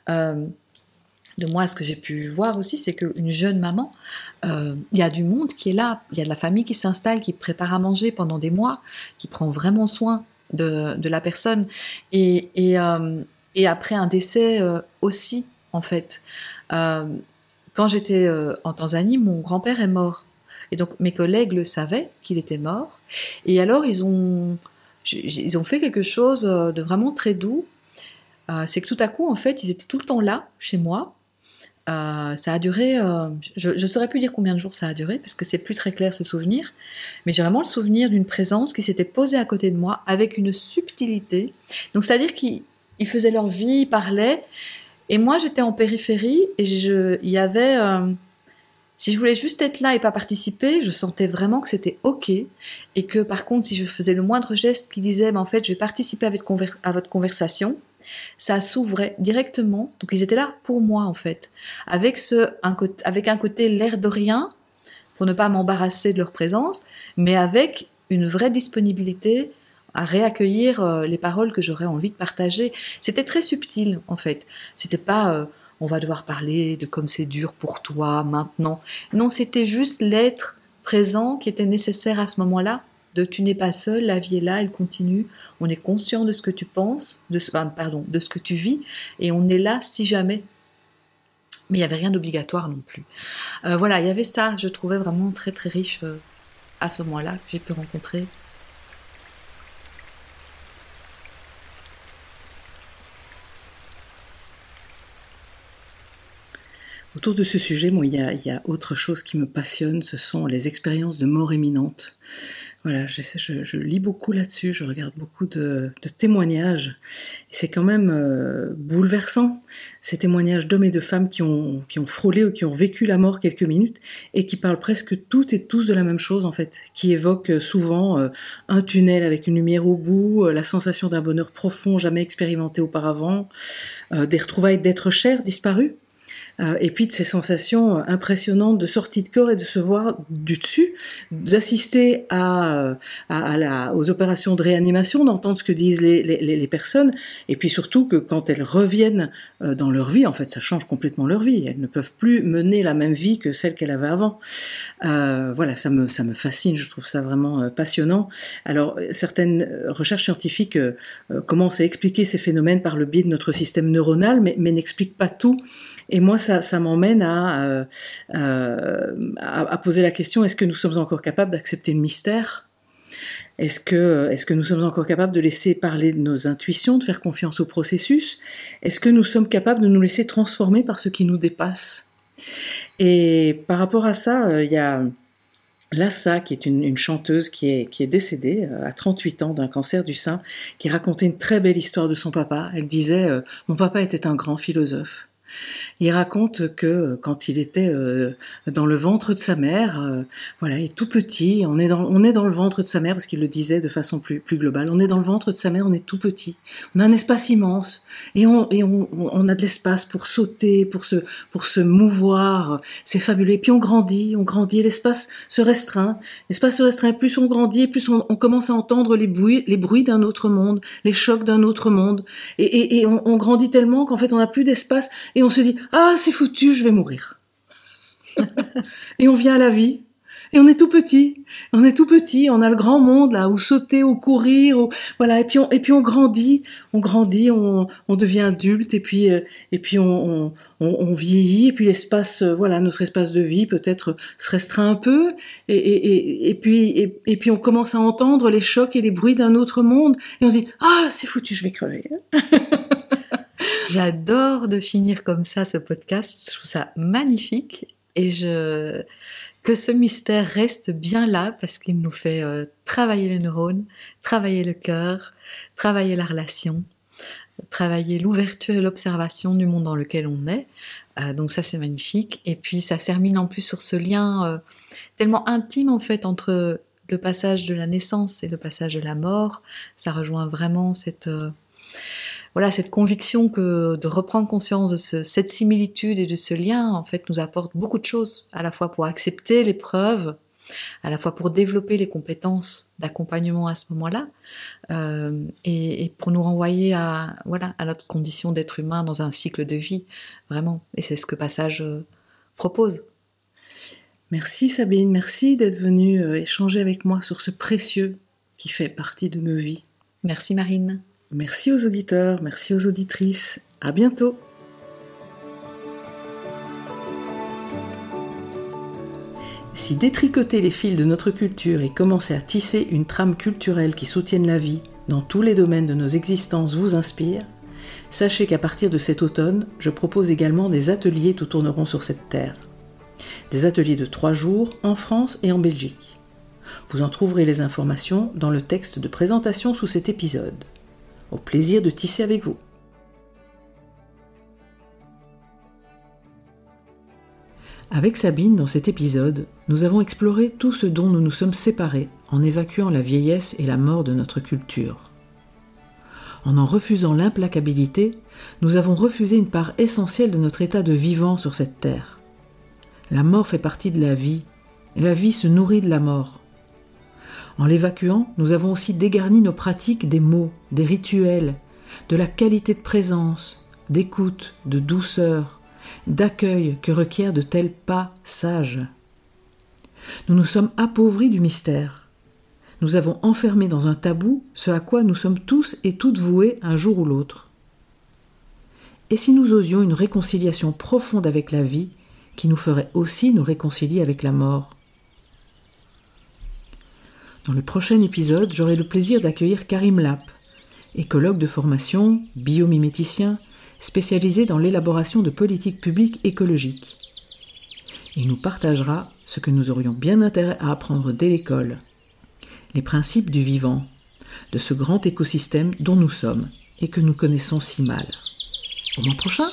de moi, ce que j'ai pu voir aussi, c'est qu'une jeune maman, il y a du monde qui est là, il y a de la famille qui s'installe, qui prépare à manger pendant des mois, qui prend vraiment soin de la personne. Et après un décès aussi, en fait. Quand j'étais en Tanzanie, mon grand-père est mort. Et donc mes collègues le savaient qu'il était mort. Et alors ils ont fait quelque chose de vraiment très doux. C'est que tout à coup, en fait, ils étaient tout le temps là, chez moi. Ça a duré, je ne saurais plus dire combien de jours ça a duré, parce que c'est plus très clair ce souvenir, mais j'ai vraiment le souvenir d'une présence qui s'était posée à côté de moi avec une subtilité. Donc c'est-à-dire qu'ils faisaient leur vie, ils parlaient, et moi j'étais en périphérie, et il y avait... si je voulais juste être là et pas participer, je sentais vraiment que c'était ok, et que par contre, si je faisais le moindre geste qui disait en fait, je vais participer à votre conversation, ça s'ouvrait directement. Donc ils étaient là pour moi en fait, avec un côté l'air de rien, pour ne pas m'embarrasser de leur présence, mais avec une vraie disponibilité à réaccueillir les paroles que j'aurais envie de partager. C'était très subtil en fait. C'était pas on va devoir parler de comme c'est dur pour toi maintenant. Non, c'était juste l'être présent qui était nécessaire à ce moment-là. De tu n'es pas seul, la vie est là, elle continue. On est conscient de ce que tu penses, de ce que tu vis, et on est là si jamais. Mais il n'y avait rien d'obligatoire non plus. Voilà, il y avait ça, je trouvais vraiment très très riche à ce moment-là que j'ai pu rencontrer. Autour de ce sujet, moi, il y a autre chose qui me passionne, ce sont les expériences de mort imminente. Voilà, je lis beaucoup là-dessus, je regarde beaucoup de témoignages. Et c'est quand même bouleversant, ces témoignages d'hommes et de femmes qui ont frôlé ou qui ont vécu la mort quelques minutes et qui parlent presque toutes et tous de la même chose, en fait, qui évoquent souvent un tunnel avec une lumière au bout, la sensation d'un bonheur profond jamais expérimenté auparavant, des retrouvailles d'êtres chers disparus. et puis de ces sensations impressionnantes de sortie de corps et de se voir du dessus, d'assister aux opérations de réanimation, d'entendre ce que disent les personnes, et puis surtout que quand elles reviennent dans leur vie, en fait ça change complètement leur vie, elles ne peuvent plus mener la même vie que celle qu'elles avaient avant. Voilà, ça me fascine, je trouve ça vraiment passionnant. Alors certaines recherches scientifiques commencent à expliquer ces phénomènes par le biais de notre système neuronal, mais n'expliquent pas tout. Et moi, ça m'emmène à poser la question, est-ce que nous sommes encore capables d'accepter le mystère ? Est-ce que nous sommes encore capables de laisser parler de nos intuitions, de faire confiance au processus ? Est-ce que nous sommes capables de nous laisser transformer par ce qui nous dépasse ? Et par rapport à ça, il y a Lassa, qui est une chanteuse qui est décédée à 38 ans d'un cancer du sein, qui racontait une très belle histoire de son papa. Elle disait « Mon papa était un grand philosophe ». Il raconte que quand il était dans le ventre de sa mère, voilà, il est tout petit, on est dans le ventre de sa mère, parce qu'il le disait de façon plus globale, on est dans le ventre de sa mère, on est tout petit, on a un espace immense, et on a de l'espace pour sauter, pour se mouvoir, c'est fabuleux, et puis on grandit, l'espace se restreint, plus on grandit, et plus on commence à entendre les bruits d'un autre monde, les chocs d'un autre monde, et on grandit tellement qu'en fait on n'a plus d'espace, et on se dit « Ah, c'est foutu, je vais mourir ». Et on vient à la vie, et on est tout petit, on a le grand monde là, où sauter, où courir, voilà, et puis on grandit, on devient adulte, et puis on vieillit, et puis l'espace, voilà, notre espace de vie peut-être se restreint un peu, et puis on commence à entendre les chocs et les bruits d'un autre monde, et on se dit « Ah, c'est foutu, je vais crever ». J'adore de finir comme ça ce podcast, je trouve ça magnifique et que ce mystère reste bien là parce qu'il nous fait travailler les neurones, travailler le cœur, travailler la relation, travailler l'ouverture et l'observation du monde dans lequel on est. Donc ça c'est magnifique et puis ça se termine en plus sur ce lien tellement intime en fait entre le passage de la naissance et le passage de la mort. Ça rejoint vraiment cette conviction que de reprendre conscience de cette similitude et de ce lien, en fait, nous apporte beaucoup de choses, à la fois pour accepter l'épreuve, à la fois pour développer les compétences d'accompagnement à ce moment-là, et pour nous renvoyer à notre condition d'être humain dans un cycle de vie, vraiment. Et c'est ce que Passage propose. Merci Sabine, merci d'être venue échanger avec moi sur ce précieux qui fait partie de nos vies. Merci Marine. Merci aux auditeurs, merci aux auditrices. À bientôt. Si détricoter les fils de notre culture et commencer à tisser une trame culturelle qui soutienne la vie dans tous les domaines de nos existences vous inspire, sachez qu'à partir de cet automne, je propose également des ateliers tout tourneront sur cette terre. Des ateliers de 3 jours en France et en Belgique. Vous en trouverez les informations dans le texte de présentation sous cet épisode. Au plaisir de tisser avec vous. Avec Sabine, dans cet épisode, nous avons exploré tout ce dont nous nous sommes séparés en évacuant la vieillesse et la mort de notre culture. En refusant l'implacabilité, nous avons refusé une part essentielle de notre état de vivant sur cette terre. La mort fait partie de la vie, et la vie se nourrit de la mort. En l'évacuant, nous avons aussi dégarni nos pratiques des mots, des rituels, de la qualité de présence, d'écoute, de douceur, d'accueil que requièrent de tels pas sages. Nous nous sommes appauvris du mystère. Nous avons enfermé dans un tabou ce à quoi nous sommes tous et toutes voués un jour ou l'autre. Et si nous osions une réconciliation profonde avec la vie, qui nous ferait aussi nous réconcilier avec la mort ? Dans le prochain épisode, j'aurai le plaisir d'accueillir Karim Lap, écologue de formation, biomiméticien, spécialisé dans l'élaboration de politiques publiques écologiques. Il nous partagera ce que nous aurions bien intérêt à apprendre dès l'école, les principes du vivant, de ce grand écosystème dont nous sommes et que nous connaissons si mal. Au mois prochain.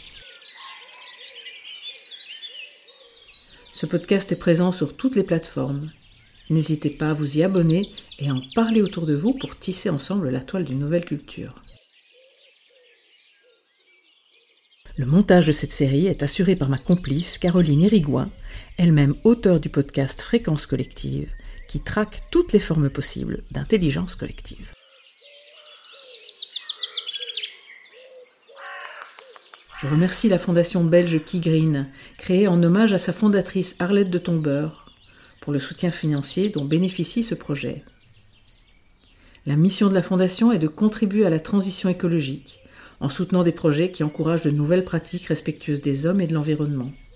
Ce podcast est présent sur toutes les plateformes. N'hésitez pas à vous y abonner et à en parler autour de vous pour tisser ensemble la toile d'une nouvelle culture. Le montage de cette série est assuré par ma complice Caroline Irigoyen, elle-même auteure du podcast Fréquence Collective, qui traque toutes les formes possibles d'intelligence collective. Je remercie la fondation belge Key Green, créée en hommage à sa fondatrice Arlette de Tombeur, pour le soutien financier dont bénéficie ce projet. La mission de la fondation est de contribuer à la transition écologique, en soutenant des projets qui encouragent de nouvelles pratiques respectueuses des hommes et de l'environnement.